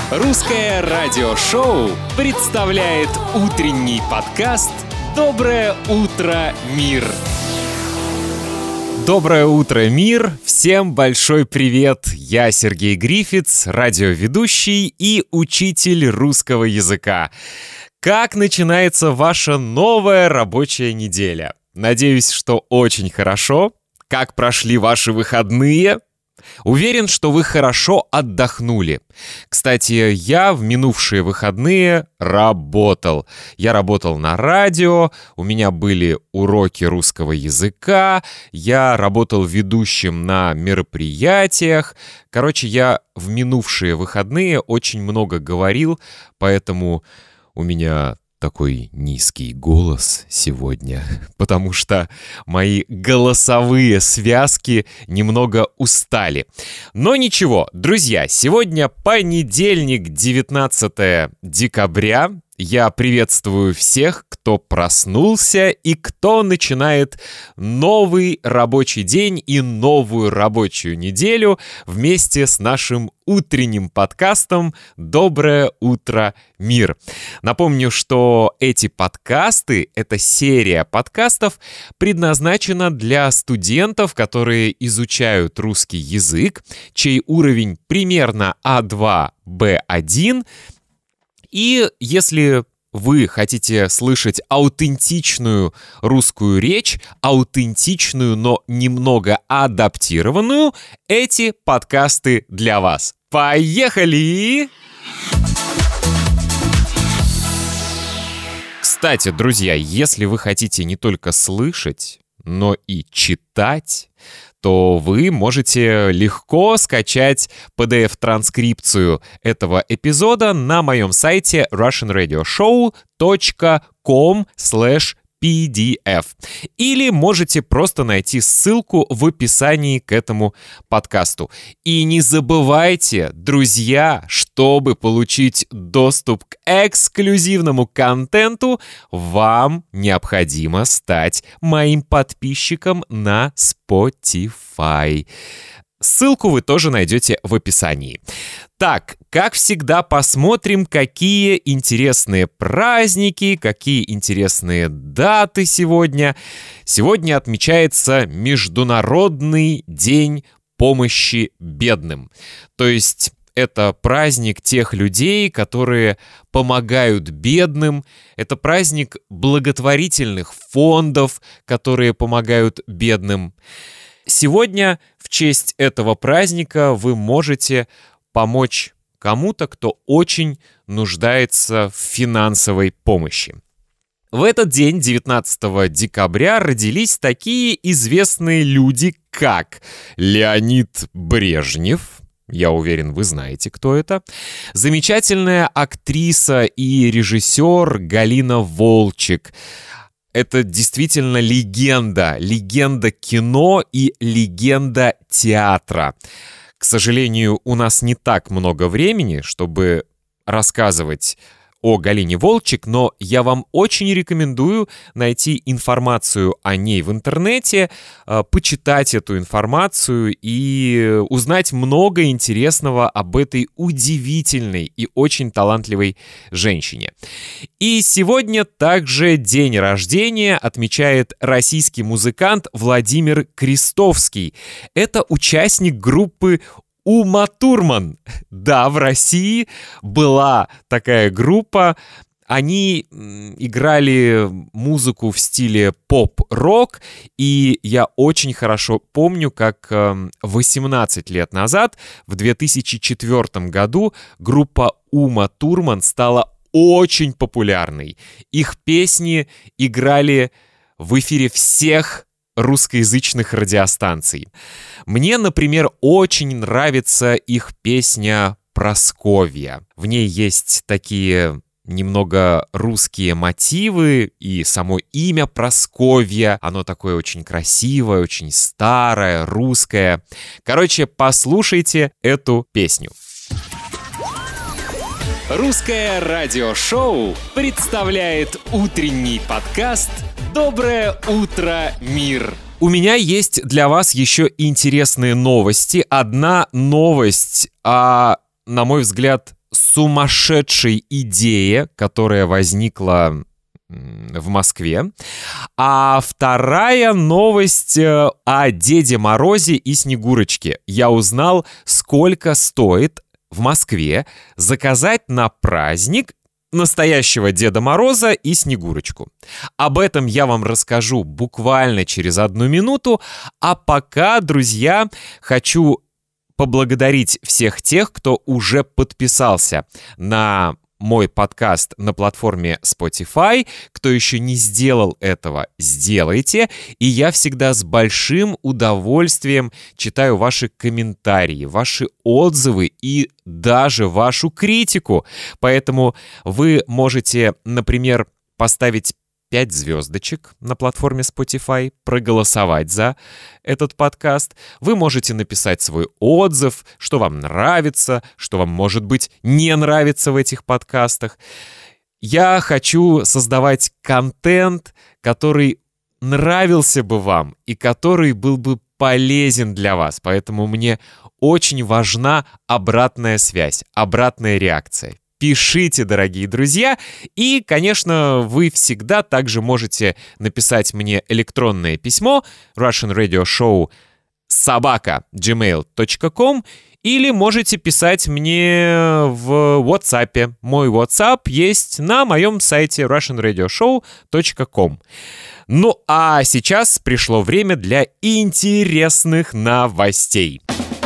Русское радиошоу представляет утренний подкаст «Доброе утро, мир». Доброе утро, мир! Всем большой привет! Я Сергей Грифиц, радиоведущий и учитель русского языка. Как начинается ваша новая рабочая неделя? Надеюсь, что очень хорошо. Как прошли ваши выходные? Уверен, что вы хорошо отдохнули. Кстати, я в минувшие выходные работал. Я работал на радио, у меня были уроки русского языка, я работал ведущим на мероприятиях. Короче, я в минувшие выходные очень много говорил, поэтому у меня такой низкий голос сегодня, потому что мои голосовые связки немного устали. Но ничего, друзья, сегодня понедельник, 19 декабря. Я приветствую всех, кто проснулся и кто начинает новый рабочий день и новую рабочую неделю вместе с нашим утренним подкастом «Доброе утро, мир». Напомню, что эти подкасты, эта серия подкастов предназначена для студентов, которые изучают русский язык, чей уровень примерно А2, Б1. И если вы хотите слышать аутентичную русскую речь, аутентичную, но немного адаптированную, эти подкасты для вас. Поехали! Кстати, друзья, если вы хотите не только слышать, но и читать, то вы можете легко скачать PDF-транскрипцию этого эпизода на моем сайте russianradioshow.com/PDF. Или можете просто найти ссылку в описании к этому подкасту. И не забывайте, друзья, чтобы получить доступ к эксклюзивному контенту, вам необходимо стать моим подписчиком на Spotify. Ссылку вы тоже найдете в описании. Так, как всегда, посмотрим, какие интересные праздники, какие интересные даты сегодня. Сегодня отмечается Международный день помощи бедным. То есть это праздник тех людей, которые помогают бедным. Это праздник благотворительных фондов, которые помогают бедным. Сегодня в честь этого праздника вы можете помочь кому-то, кто очень нуждается в финансовой помощи. В этот день, 19 декабря, родились такие известные люди, как Леонид Брежнев. Я уверен, вы знаете, кто это. Замечательная актриса и режиссер Галина Волчек. Это действительно легенда кино и легенда театра. К сожалению, у нас не так много времени, чтобы рассказывать о Галине Волчек, но я вам очень рекомендую найти информацию о ней в интернете, почитать эту информацию и узнать много интересного об этой удивительной и очень талантливой женщине. И сегодня также день рождения отмечает российский музыкант Владимир Крестовский. Это участник группы Ума Турман. Да, в России была такая группа. Они играли музыку в стиле поп-рок, и я очень хорошо помню, как 18 лет назад, в 2004 году, группа Ума Турман стала очень популярной. Их песни играли в эфире всех русскоязычных радиостанций. Мне, например, очень нравится их песня «Прасковья». В ней есть такие немного русские мотивы, и само имя Прасковья, оно такое очень красивое, очень старое, русское. Короче, послушайте эту песню. Русское радиошоу представляет утренний подкаст «Доброе утро, мир». У меня есть для вас еще интересные новости. Одна новость, на мой взгляд, сумасшедшей идее, которая возникла в Москве. А вторая новость о Деде Морозе и Снегурочке. Я узнал, сколько стоит в Москве заказать на праздник настоящего Деда Мороза и Снегурочку. Об этом я вам расскажу буквально через 1 минуту. А пока, друзья, хочу поблагодарить всех тех, кто уже подписался на мой подкаст на платформе Spotify. Кто еще не сделал этого, сделайте. И я всегда с большим удовольствием читаю ваши комментарии, ваши отзывы и даже вашу критику. Поэтому вы можете, например, поставить 5 звездочек на платформе Spotify, проголосовать за этот подкаст. Вы можете написать свой отзыв, что вам нравится, что вам, может быть, не нравится в этих подкастах. Я хочу создавать контент, который нравился бы вам и который был бы полезен для вас. Поэтому мне очень важна обратная связь, обратная реакция. Пишите, дорогие друзья, и, конечно, вы всегда также можете написать мне электронное письмо russianradioshow@gmail.com или можете писать мне в WhatsApp. Мой WhatsApp есть на моем сайте russianradioshow.com. Ну а сейчас пришло время для интересных новостей.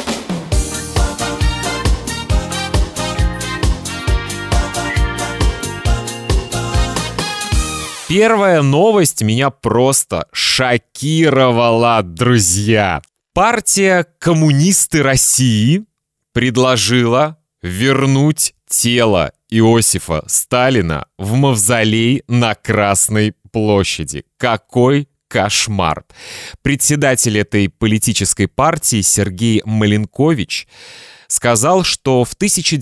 Первая новость меня просто шокировала, друзья. Партия «Коммунисты России» предложила вернуть тело Иосифа Сталина в мавзолей на Красной площади. Какой кошмар! Председатель этой политической партии Сергей Маленкович сказал, что в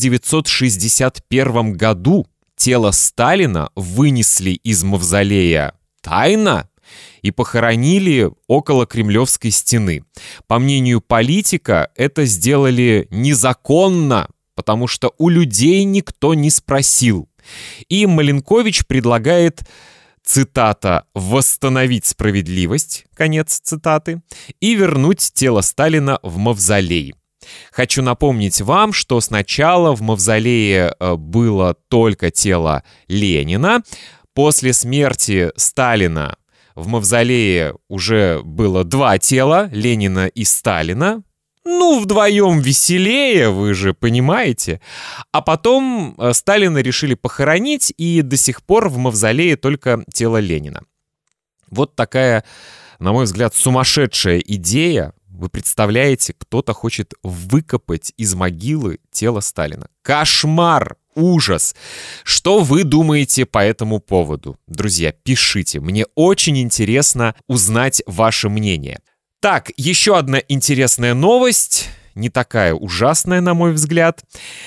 1961 году тело Сталина вынесли из мавзолея тайно и похоронили около Кремлевской стены. По мнению политика, это сделали незаконно, потому что у людей никто не спросил. И Маленкович предлагает, цитата, «восстановить справедливость», конец цитаты, и вернуть тело Сталина в мавзолей. Хочу напомнить вам, что сначала в мавзолее было только тело Ленина. После смерти Сталина в мавзолее уже было 2 тела, Ленина и Сталина. Ну, вдвоем веселее, вы же понимаете. А потом Сталина решили похоронить, и до сих пор в мавзолее только тело Ленина. Вот такая, на мой взгляд, сумасшедшая идея. Вы представляете, кто-то хочет выкопать из могилы тело Сталина. Кошмар! Ужас! Что вы думаете по этому поводу? Друзья, пишите. Мне очень интересно узнать ваше мнение. Так, еще одна интересная новость, не такая ужасная, на мой взгляд.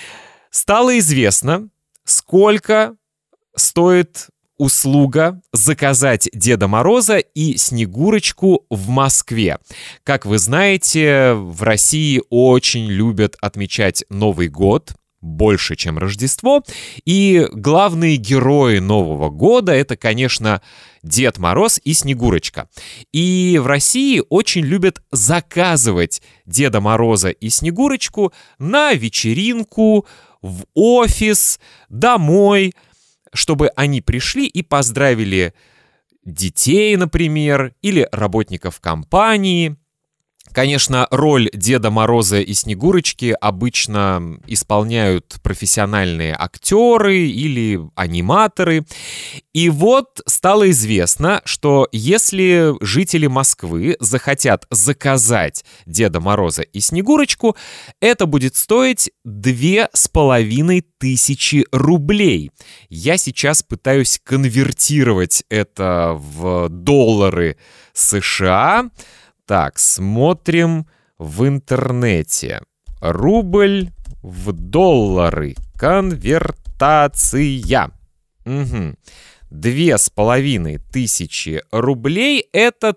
Стало известно, сколько стоит услуга заказать Деда Мороза и Снегурочку в Москве. Как вы знаете, в России очень любят отмечать Новый год, больше, чем Рождество. И главные герои Нового года — это, конечно, Дед Мороз и Снегурочка. И в России очень любят заказывать Деда Мороза и Снегурочку на вечеринку, в офис, домой, чтобы они пришли и поздравили детей, например, или работников компании. Конечно, роль Деда Мороза и Снегурочки обычно исполняют профессиональные актеры или аниматоры. И вот стало известно, что если жители Москвы захотят заказать Деда Мороза и Снегурочку, это будет стоить 2500 рублей. Я сейчас пытаюсь конвертировать это в доллары США. Так, смотрим в интернете. Рубль в доллары. Конвертация. Угу. 2500 рублей — это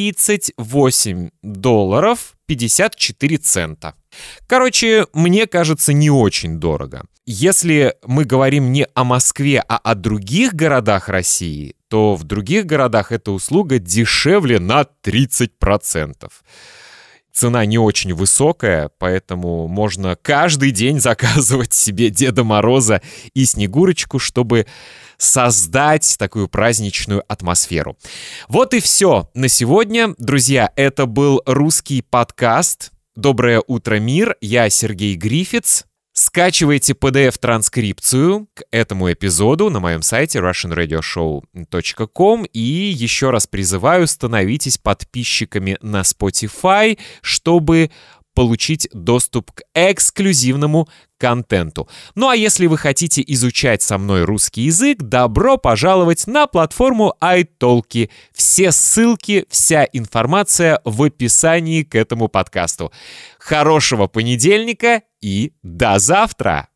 $38.54. Короче, мне кажется, не очень дорого. Если мы говорим не о Москве, а о других городах России, то в других городах эта услуга дешевле на 30%. Цена не очень высокая, поэтому можно каждый день заказывать себе Деда Мороза и Снегурочку, чтобы создать такую праздничную атмосферу. Вот и все на сегодня. Друзья, это был русский подкаст «Доброе утро, мир». Я Сергей Грифиц. Скачивайте PDF-транскрипцию к этому эпизоду на моем сайте russianradioshow.com. И еще раз призываю, становитесь подписчиками на Spotify, чтобы получить доступ к эксклюзивному контенту. Ну а если вы хотите изучать со мной русский язык, добро пожаловать на платформу iTalki. Все ссылки, вся информация в описании к этому подкасту. Хорошего понедельника и до завтра!